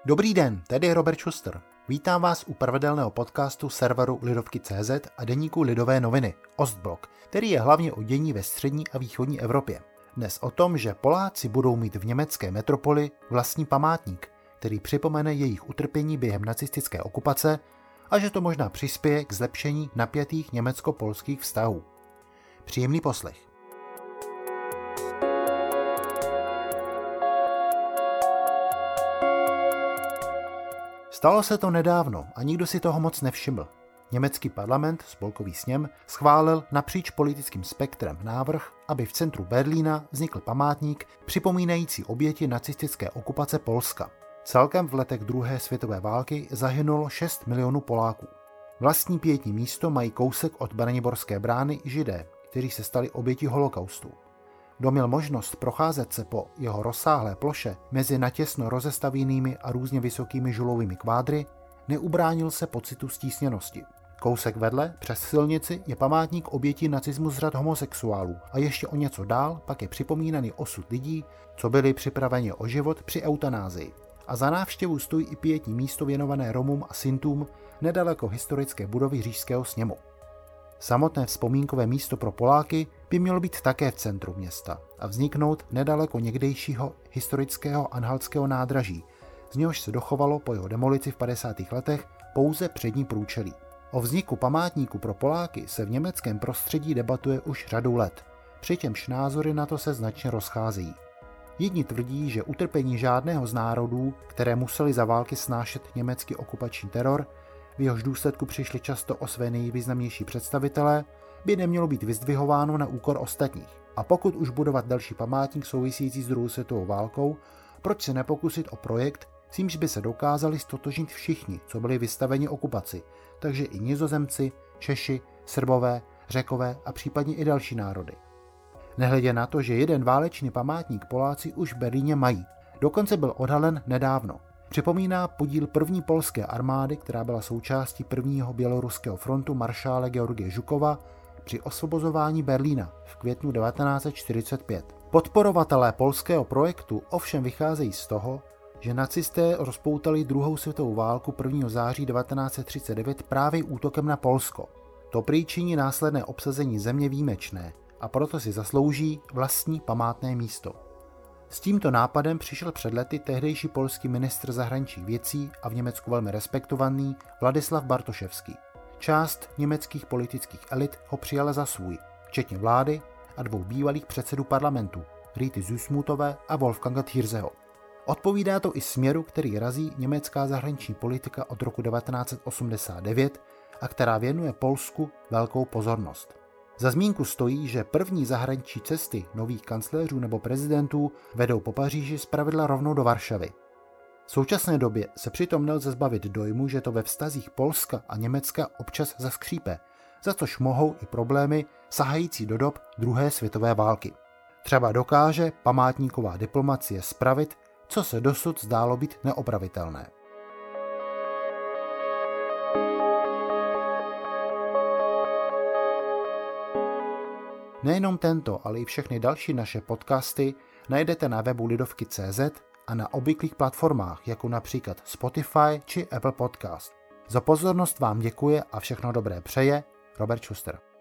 Dobrý den, tady je Robert Schuster. Vítám vás u pravidelného podcastu serveru Lidovky.cz a deníku Lidové noviny Ostblok, který je hlavně o dění ve střední a východní Evropě. Dnes o tom, že Poláci budou mít v německé metropoli vlastní památník, který připomene jejich utrpení během nacistické okupace a že to možná přispěje k zlepšení napjatých německo-polských vztahů. Příjemný poslech. Stalo se to nedávno a nikdo si toho moc nevšiml. Německý parlament, spolkový sněm, schválil napříč politickým spektrem návrh, aby v centru Berlína vznikl památník připomínající oběti nacistické okupace Polska. Celkem v letech druhé světové války zahynulo 6 milionů Poláků. Vlastní pietní místo mají kousek od Braniborské brány Židé, kteří se stali oběti holokaustu. Kdo měl možnost procházet se po jeho rozsáhlé ploše mezi natěsno rozestavěnými a různě vysokými žulovými kvádry, neubránil se pocitu stísněnosti. Kousek vedle, přes silnici, je památník obětí nacismu z řad homosexuálů a ještě o něco dál pak je připomínaný osud lidí, co byli připraveni o život při eutanázii. A za návštěvu stojí i pietní místo věnované Romům a Sintům nedaleko historické budovy Říšského sněmu. Samotné vzpomínkové místo pro Poláky by mělo být také v centru města a vzniknout nedaleko někdejšího historického anhaltského nádraží, z něhož se dochovalo po jeho demolici v 50. letech pouze přední průčelí. O vzniku památníku pro Poláky se v německém prostředí debatuje už řadu let, přičemž názory na to se značně rozcházejí. Jedni tvrdí, že utrpení žádného z národů, které museli za války snášet německý okupační teror, v jehož důsledku přišli často o své nejvýznamnější představitelé, by nemělo být vyzdvihováno na úkor ostatních. A pokud už budovat další památník související s druhou světovou válkou, proč se nepokusit o projekt, s nímž by se dokázali ztotožnit všichni, co byli vystaveni okupaci, takže i Nizozemci, Češi, Srbové, Řekové a případně i další národy. Nehledě na to, že jeden válečný památník Poláci už v Berlíně mají. Dokonce byl odhalen nedávno. Připomíná podíl první polské armády, která byla součástí prvního běloruského frontu maršále Georgie Žukova při osvobozování Berlína v květnu 1945. Podporovatelé polského projektu ovšem vycházejí z toho, že nacisté rozpoutali druhou světovou válku 1. září 1939 právě útokem na Polsko. To prý činí následné obsazení země výjimečné a proto si zaslouží vlastní památné místo. S tímto nápadem přišel před lety tehdejší polský ministr zahraničních věcí a v Německu velmi respektovaný Władysław Bartoszewski. Část německých politických elit ho přijala za svůj, včetně vlády a dvou bývalých předsedů parlamentu, Rity Süssmuthové a Wolfganga Thierseho. Odpovídá to i směru, který razí německá zahraniční politika od roku 1989 a která věnuje Polsku velkou pozornost. Za zmínku stojí, že první zahraniční cesty nových kancléřů nebo prezidentů vedou po Paříži zpravidla rovnou do Varšavy. V současné době se přitom nelze zbavit dojmu, že to ve vztazích Polska a Německa občas zaskřípe, za což mohou i problémy sahající do dob druhé světové války. Třeba dokáže památníková diplomacie spravit, co se dosud zdálo být neopravitelné. Nejenom tento, ale i všechny další naše podcasty najdete na webu Lidovky.cz a na obvyklých platformách, jako například Spotify či Apple Podcast. Za pozornost vám děkuje a všechno dobré přeje Robert Schuster.